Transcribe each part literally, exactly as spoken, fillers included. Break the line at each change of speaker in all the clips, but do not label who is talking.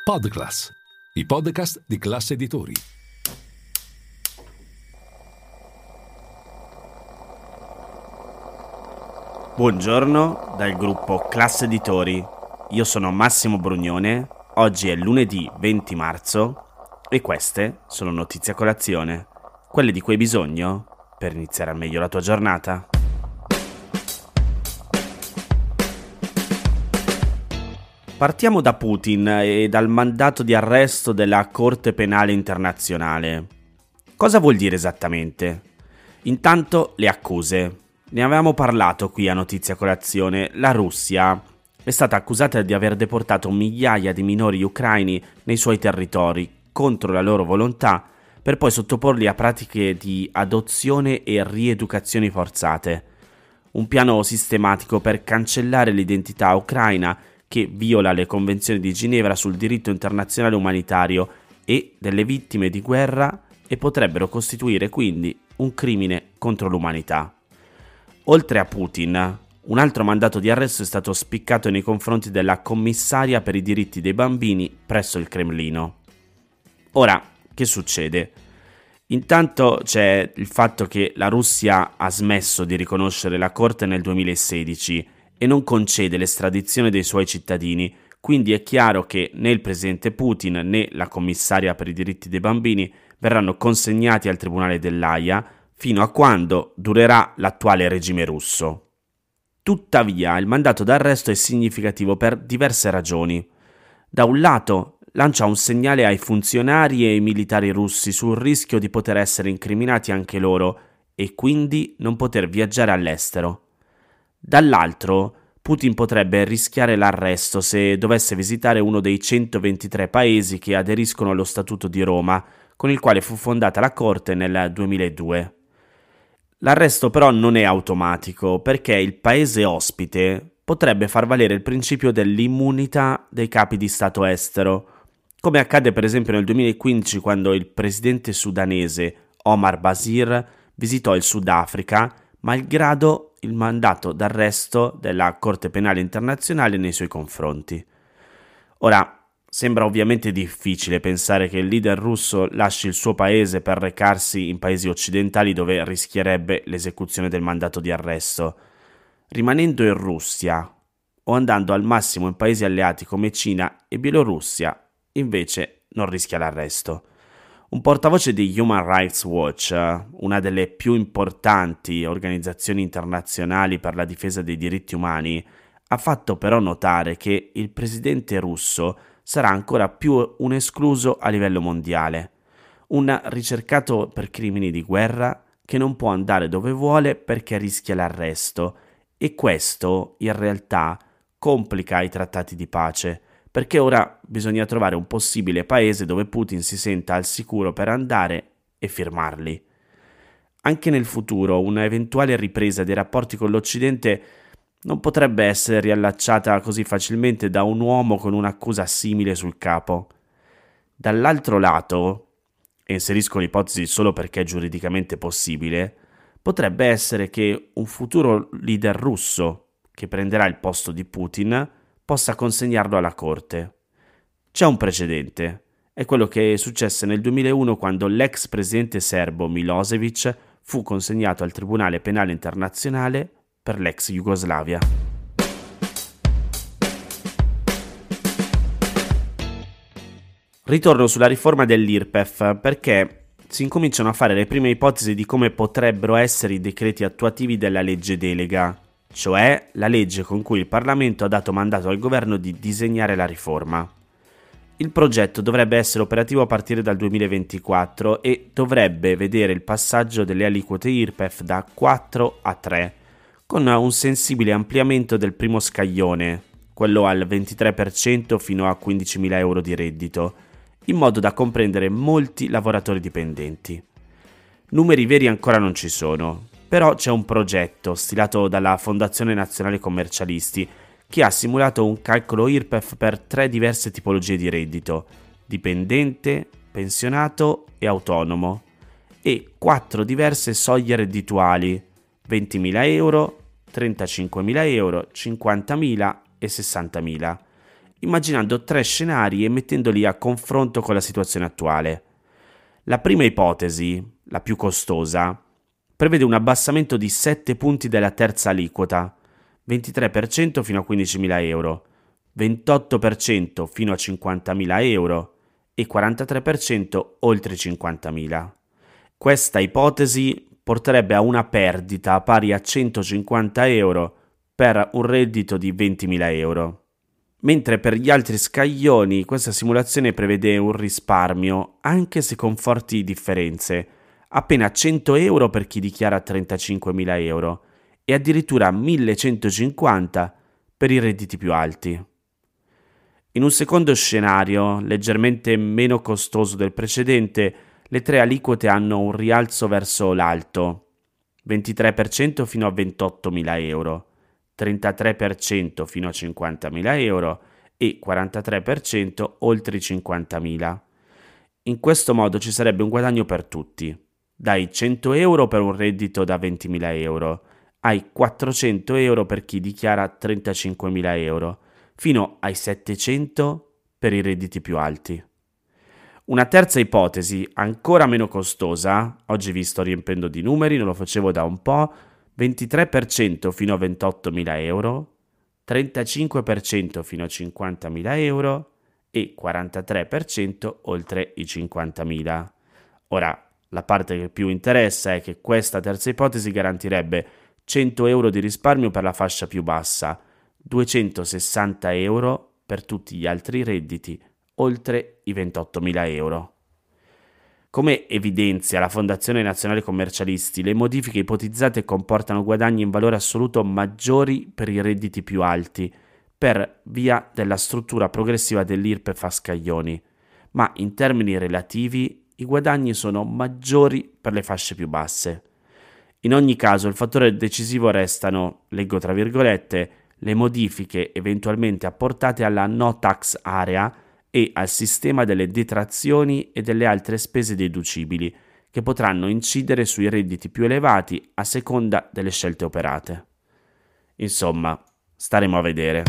Podclass, i podcast di Classe Editori.
Buongiorno dal gruppo Classe Editori. Io sono Massimo Brugnone. Oggi è lunedì venti marzo e queste sono notizie a colazione, quelle di cui hai bisogno per iniziare al meglio la tua giornata. Partiamo da Putin e dal mandato di arresto della Corte Penale Internazionale. Cosa vuol dire esattamente? Intanto le accuse. Ne avevamo parlato qui a Notizia Colazione. La Russia è stata accusata di aver deportato migliaia di minori ucraini nei suoi territori contro la loro volontà per poi sottoporli a pratiche di adozione e rieducazioni forzate. Un piano sistematico per cancellare l'identità ucraina che viola le convenzioni di Ginevra sul diritto internazionale umanitario e delle vittime di guerra e potrebbero costituire quindi un crimine contro l'umanità. Oltre a Putin, un altro mandato di arresto è stato spiccato nei confronti della commissaria per i diritti dei bambini presso il Cremlino. Ora, che succede? Intanto c'è il fatto che la Russia ha smesso di riconoscere la Corte nel duemilasedici e non concede l'estradizione dei suoi cittadini, quindi è chiaro che né il presidente Putin né la commissaria per i diritti dei bambini verranno consegnati al Tribunale dell'Aia fino a quando durerà l'attuale regime russo. Tuttavia, il mandato d'arresto è significativo per diverse ragioni. Da un lato, lancia un segnale ai funzionari e ai militari russi sul rischio di poter essere incriminati anche loro e quindi non poter viaggiare all'estero. Dall'altro, Putin potrebbe rischiare l'arresto se dovesse visitare uno dei centoventitré paesi che aderiscono allo Statuto di Roma, con il quale fu fondata la Corte nel duemiladue. L'arresto però non è automatico, perché il paese ospite potrebbe far valere il principio dell'immunità dei capi di Stato estero, come accade per esempio nel duemilaquindici quando il presidente sudanese Omar Basir visitò il Sudafrica, malgrado il mandato d'arresto della Corte Penale Internazionale nei suoi confronti. Ora, sembra ovviamente difficile pensare che il leader russo lasci il suo paese per recarsi in paesi occidentali dove rischierebbe l'esecuzione del mandato di arresto. Rimanendo in Russia o andando al massimo in paesi alleati come Cina e Bielorussia, invece non rischia l'arresto. Un portavoce di Human Rights Watch, una delle più importanti organizzazioni internazionali per la difesa dei diritti umani, ha fatto però notare che il presidente russo sarà ancora più un escluso a livello mondiale, un ricercato per crimini di guerra che non può andare dove vuole perché rischia l'arresto, e questo in realtà complica i trattati di pace, perché ora bisogna trovare un possibile paese dove Putin si senta al sicuro per andare e firmarli. Anche nel futuro una eventuale ripresa dei rapporti con l'Occidente non potrebbe essere riallacciata così facilmente da un uomo con un'accusa simile sul capo. Dall'altro lato, e inserisco l'ipotesi solo perché è giuridicamente possibile, potrebbe essere che un futuro leader russo che prenderà il posto di Putin possa consegnarlo alla Corte. C'è un precedente, è quello che successe nel duemilauno quando l'ex presidente serbo Milosevic fu consegnato al Tribunale Penale Internazionale per l'ex Jugoslavia. Ritorno sulla riforma dell'I R P E F perché si incominciano a fare le prime ipotesi di come potrebbero essere i decreti attuativi della legge delega, cioè la legge con cui il Parlamento ha dato mandato al governo di disegnare la riforma. Il progetto dovrebbe essere operativo a partire dal duemilaventiquattro e dovrebbe vedere il passaggio delle aliquote I R P E F da quattro a tre, con un sensibile ampliamento del primo scaglione, quello al ventitré per cento fino a quindicimila euro di reddito, in modo da comprendere molti lavoratori dipendenti. Numeri veri ancora non ci sono, però c'è un progetto stilato dalla Fondazione Nazionale Commercialisti che ha simulato un calcolo I R P E F per tre diverse tipologie di reddito: dipendente, pensionato e autonomo, e quattro diverse soglie reddituali: ventimila euro, trentacinquemila euro, cinquantamila e sessantamila. immaginando tre scenari e mettendoli a confronto con la situazione attuale. La prima ipotesi, la più costosa, prevede un abbassamento di sette punti della terza aliquota, ventitré per cento fino a quindicimila euro, ventotto per cento fino a cinquantamila euro e quarantatré per cento oltre i cinquantamila. Questa ipotesi porterebbe a una perdita pari a centocinquanta euro per un reddito di ventimila euro. Mentre per gli altri scaglioni questa simulazione prevede un risparmio, anche se con forti differenze, appena cento euro per chi dichiara trentacinquemila euro e addirittura millecentocinquanta per i redditi più alti. In un secondo scenario, leggermente meno costoso del precedente, le tre aliquote hanno un rialzo verso l'alto, ventitré per cento fino a ventottomila euro, trentatré per cento fino a cinquantamila euro e quarantatré per cento oltre i cinquantamila. In questo modo ci sarebbe un guadagno per tutti, dai cento euro per un reddito da ventimila euro ai quattrocento euro per chi dichiara trentacinquemila euro, fino ai settecento per i redditi più alti. Una terza ipotesi, ancora meno costosa, oggi vi sto riempendo di numeri, non lo facevo da un po', ventitré per cento fino a ventottomila euro, trentacinque per cento fino a cinquantamila euro e quarantatré per cento oltre i cinquantamila. Ora, la parte che più interessa è che questa terza ipotesi garantirebbe cento euro di risparmio per la fascia più bassa, duecentosessanta euro per tutti gli altri redditi oltre i ventottomila euro. Come evidenzia la Fondazione Nazionale Commercialisti, le modifiche ipotizzate comportano guadagni in valore assoluto maggiori per i redditi più alti, per via della struttura progressiva dell'I R P E F a scaglioni, ma in termini relativi i guadagni sono maggiori per le fasce più basse. In ogni caso il fattore decisivo restano, leggo tra virgolette, le modifiche eventualmente apportate alla no tax area e al sistema delle detrazioni e delle altre spese deducibili, che potranno incidere sui redditi più elevati a seconda delle scelte operate. Insomma, staremo a vedere.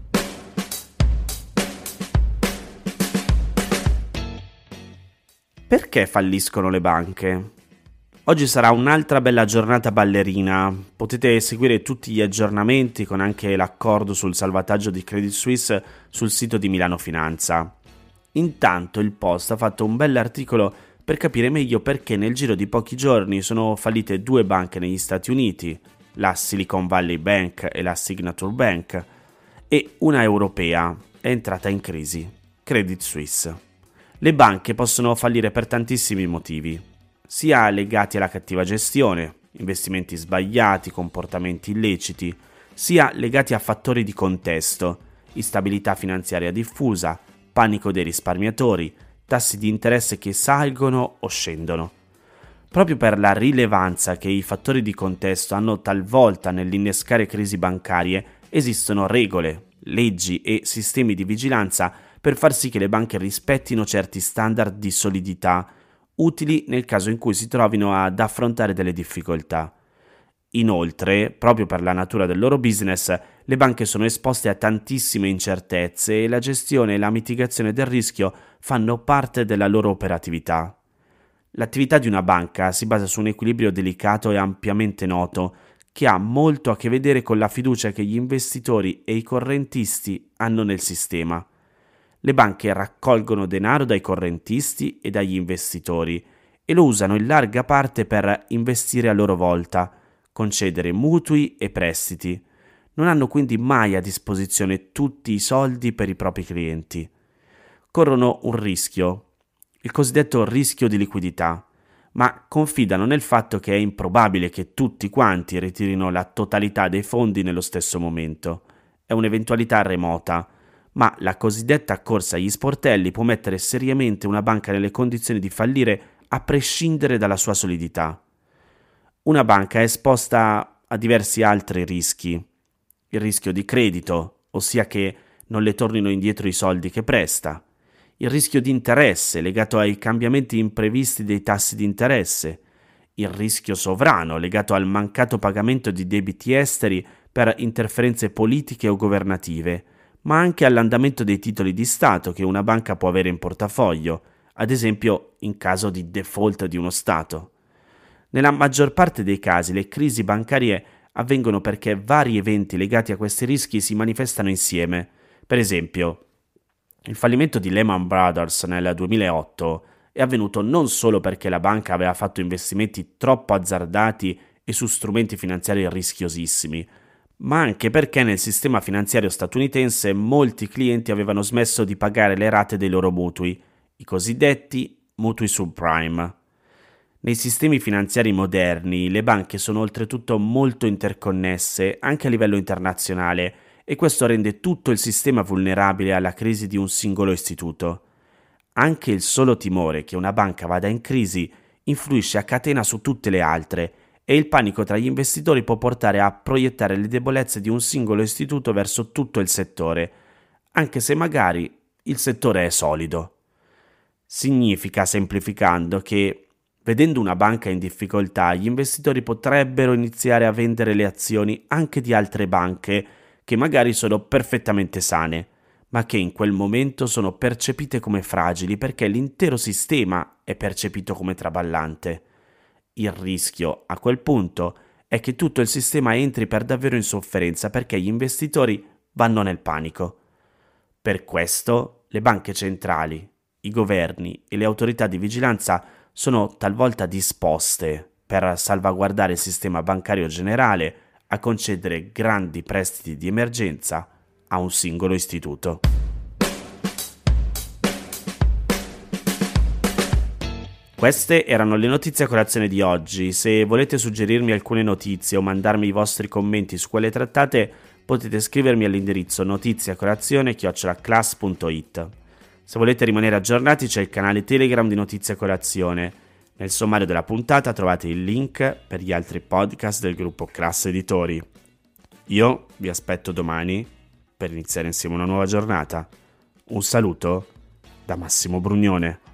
Perché falliscono le banche? Oggi sarà un'altra bella giornata ballerina, potete seguire tutti gli aggiornamenti con anche l'accordo sul salvataggio di Credit Suisse sul sito di Milano Finanza. Intanto il Post ha fatto un bell'articolo per capire meglio perché nel giro di pochi giorni sono fallite due banche negli Stati Uniti, la Silicon Valley Bank e la Signature Bank, e una europea è entrata in crisi, Credit Suisse. Le banche possono fallire per tantissimi motivi, sia legati alla cattiva gestione, investimenti sbagliati, comportamenti illeciti, sia legati a fattori di contesto, instabilità finanziaria diffusa, panico dei risparmiatori, tassi di interesse che salgono o scendono. Proprio per la rilevanza che i fattori di contesto hanno talvolta nell'innescare crisi bancarie, esistono regole, leggi e sistemi di vigilanza per far sì che le banche rispettino certi standard di solidità utili nel caso in cui si trovino ad affrontare delle difficoltà. Inoltre, proprio per la natura del loro business, le banche sono esposte a tantissime incertezze e la gestione e la mitigazione del rischio fanno parte della loro operatività. L'attività di una banca si basa su un equilibrio delicato e ampiamente noto, che ha molto a che vedere con la fiducia che gli investitori e i correntisti hanno nel sistema. Le banche raccolgono denaro dai correntisti e dagli investitori e lo usano in larga parte per investire a loro volta, concedere mutui e prestiti. Non hanno quindi mai a disposizione tutti i soldi per i propri clienti. Corrono un rischio, il cosiddetto rischio di liquidità, ma confidano nel fatto che è improbabile che tutti quanti ritirino la totalità dei fondi nello stesso momento. È un'eventualità remota, ma la cosiddetta corsa agli sportelli può mettere seriamente una banca nelle condizioni di fallire a prescindere dalla sua solidità. Una banca è esposta a diversi altri rischi. Il rischio di credito, ossia che non le tornino indietro i soldi che presta. Il rischio di interesse legato ai cambiamenti imprevisti dei tassi di interesse. Il rischio sovrano legato al mancato pagamento di debiti esteri per interferenze politiche o governative, ma anche all'andamento dei titoli di Stato che una banca può avere in portafoglio, ad esempio in caso di default di uno Stato. Nella maggior parte dei casi le crisi bancarie avvengono perché vari eventi legati a questi rischi si manifestano insieme. Per esempio, il fallimento di Lehman Brothers nel duemilaotto è avvenuto non solo perché la banca aveva fatto investimenti troppo azzardati e su strumenti finanziari rischiosissimi, ma anche perché nel sistema finanziario statunitense molti clienti avevano smesso di pagare le rate dei loro mutui, i cosiddetti mutui subprime. Nei sistemi finanziari moderni le banche sono oltretutto molto interconnesse anche a livello internazionale e questo rende tutto il sistema vulnerabile alla crisi di un singolo istituto. Anche il solo timore che una banca vada in crisi influisce a catena su tutte le altre e il panico tra gli investitori può portare a proiettare le debolezze di un singolo istituto verso tutto il settore, anche se magari il settore è solido. Significa, semplificando, che vedendo una banca in difficoltà, gli investitori potrebbero iniziare a vendere le azioni anche di altre banche che magari sono perfettamente sane, ma che in quel momento sono percepite come fragili perché l'intero sistema è percepito come traballante. Il rischio, a quel punto, è che tutto il sistema entri per davvero in sofferenza perché gli investitori vanno nel panico. Per questo, le banche centrali, i governi e le autorità di vigilanza sono talvolta disposte, per salvaguardare il sistema bancario generale, a concedere grandi prestiti di emergenza a un singolo istituto. Queste erano le notizie a colazione di oggi. Se volete suggerirmi alcune notizie o mandarmi i vostri commenti su quelle trattate, potete scrivermi all'indirizzo notiziacolazione chiocciola class punto it. Se volete rimanere aggiornati c'è il canale Telegram di Notizie a Colazione. Nel sommario della puntata trovate il link per gli altri podcast del gruppo Class Editori. Io vi aspetto domani per iniziare insieme una nuova giornata. Un saluto da Massimo Brugnone.